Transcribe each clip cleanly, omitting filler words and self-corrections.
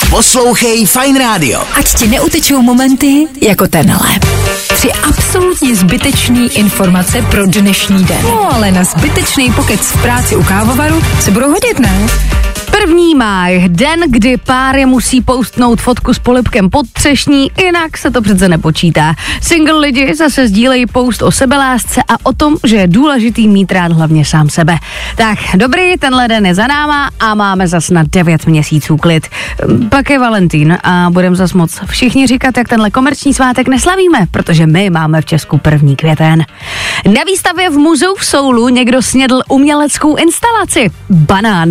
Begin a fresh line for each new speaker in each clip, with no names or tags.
Poslouchej Fajn rádio.
Ať ti neutečou momenty jako tenhle. 3 absolutně zbytečný informace pro dnešní den. No ale na zbytečný pokec v práci u kávovaru se budou hodit, ne?
1. máj, den, kdy páry musí postnout fotku s polibkem pod třešní, jinak se to přece nepočítá. Single lidi zase sdílejí post o sebelásce a o tom, že je důležitý mít rád hlavně sám sebe. Tak, dobrý, tenhle den je za náma a máme zas na 9 měsíců klid. Pak je Valentín a budeme zas moc všichni říkat, jak tenhle komerční svátek neslavíme, protože my máme v Česku 1. květen. Na výstavě v muzeu v Soulu někdo snědl uměleckou instalaci. Banán.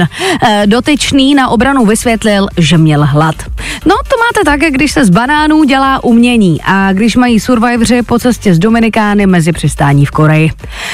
Dotyčný na obranu vysvětlil, že měl hlad. No, to máte tak, jak když se z banánů dělá umění a když mají survivoři po cestě z Dominikány mezi přistání v Koreji.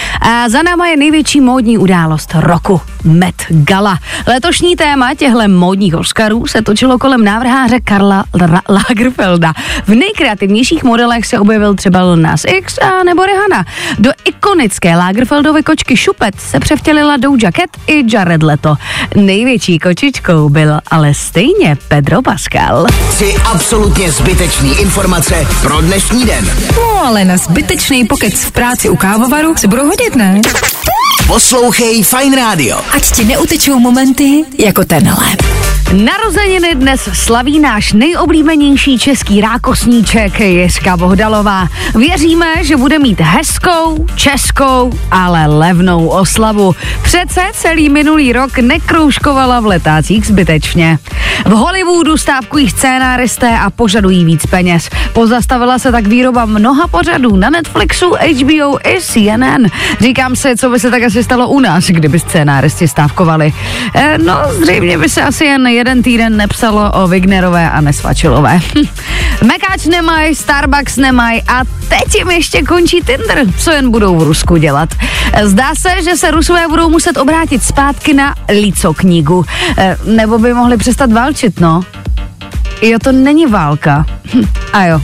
A za náma je největší módní událost roku. Met Gala. Letošní téma těchto módních Oscarů se točilo kolem návrháře Karla Lagerfelda. V nejkreativnějších modelech se objevil třeba Lil Nas X a nebo Rihanna. Do ikonické Lagerfeldovy kočky Šupet se převtělila Doja Cat i Jared Leto. Největší kočičkou byl ale stejně Pedro Pascal.
3 absolutně zbytečný informace pro dnešní den.
No ale na zbytečný pokec v práci u kávovaru se budou hodit, ne?
Poslouchej Fajn rádio.
Ať ti neutečou momenty jako tenhle.
Narozeniny dnes slaví náš nejoblíbenější český rákosníček Jiřka Bohdalová. Věříme, že bude mít hezkou, českou, ale levnou oslavu. Přece celý minulý rok nekroužkovala v letácích zbytečně. V Hollywoodu stávkují scénáristé a požadují víc peněz. Pozastavila se tak výroba mnoha pořadů na Netflixu, HBO i CNN. Říkám si, co by se tak asi stalo u nás, kdyby scénáristi stávkovali. No, zřejmě by se asi jen jeden týden nepsalo o Wignerové a Nesvačilové. Mekáč nemají, Starbucks nemají a teď jim ještě končí Tinder, co jen budou v Rusku dělat. Zdá se, že se Rusové budou muset obrátit zpátky na Lícoknihu. Nebo by mohli přestat válčit, no. Jo, to není válka. A jo.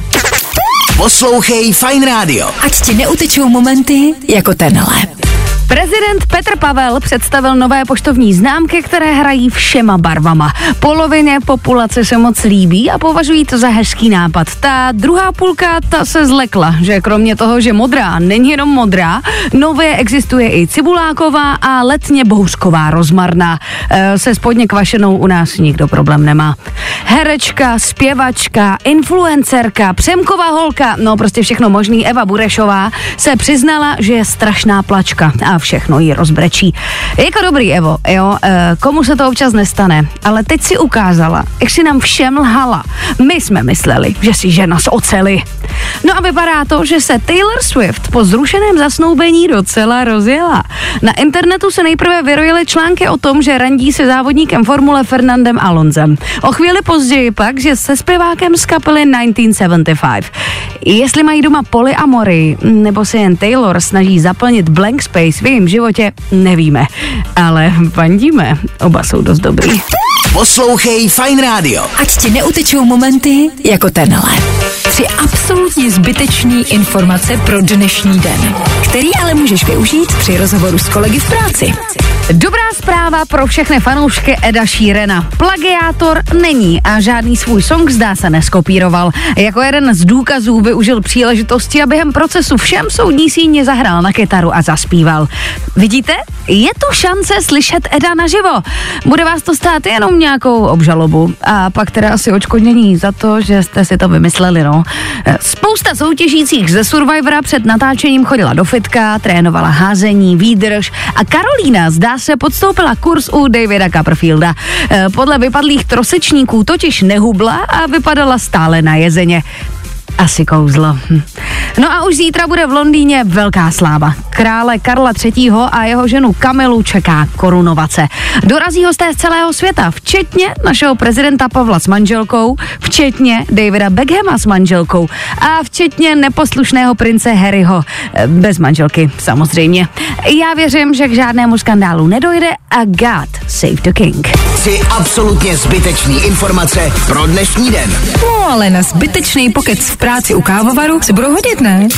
Poslouchej Fajn rádio.
Ať ti neutečou momenty jako tenhle.
Prezident Petr Pavel představil nové poštovní známky, které hrají všema barvama. Polovině populace se moc líbí a považují to za hezký nápad. Ta druhá půlka, ta se zlekla, že kromě toho, že modrá není jenom modrá, nově existuje i cibuláková a letně bouřková rozmarná. Se spodně kvašenou u nás nikdo problém nemá. Herečka, zpěvačka, influencerka, Přemková holka, no prostě všechno možný, Eva Burešová se přiznala, že je strašná plačka a všechno jí rozbrečí. Jako dobrý, Evo, jo, komu se to občas nestane, ale teď si ukázala, jak si nám všem lhala. My jsme mysleli, že jsi žena z oceli. No a vypadá to, že se Taylor Swift po zrušeném zasnoubení docela rozjela. Na internetu se nejprve vyrojily články o tom, že randí se závodníkem formule Fernandem Alonsem. O chvíli později pak, že se zpěvákem z kapely 1975. Jestli mají doma polyamory, nebo se jen Taylor snaží zaplnit blank space v jejím životě, nevíme. Ale fandíme, oba jsou dost dobrý.
Poslouchej Fajn rádio.
Ať ti neutečou momenty jako tenhle. 3 absolutně zbytečný informace pro dnešní den, který ale můžeš využít při rozhovoru s kolegy v práci.
Dobrá zpráva pro všechny fanoušky Eda Sheerana. Plagiátor není a žádný svůj song zdá se neskopíroval. Jako jeden z důkazů využil příležitosti a během procesu všem soudní síně zahrál na kytaru a zaspíval. Vidíte? Je tu šance slyšet Eda naživo. Bude vás to stát jenom nějakou obžalobu a pak teda asi odškodnění za to, že jste si to vymysleli, no. Spousta soutěžících ze Survivora před natáčením chodila do fitka, trénovala házení, výdrž a Karolína zdá se podstoupila kurz u Davida Copperfielda. Podle vypadlých trosečníků totiž nehubla a vypadala stále na jezeně. Asi kouzlo. No a už zítra bude v Londýně velká sláva. Krále Karla III. A jeho ženu Kamilu čeká korunovace. Dorazí hosté z celého světa, včetně našeho prezidenta Pavla s manželkou, včetně Davida Beckhama s manželkou a včetně neposlušného prince Harryho. Bez manželky, samozřejmě. Já věřím, že k žádnému skandálu nedojde a God save the king.
3 absolutně zbytečný informace pro dnešní den.
No ale na zbytečný pokec v práci u kávovaru se budou hodit, ne?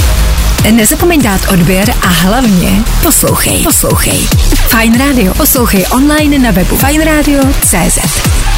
Nezapomeň dát odběr a hlavně poslouchej. Fajn rádio. Poslouchej online na webu fajnradio.cz.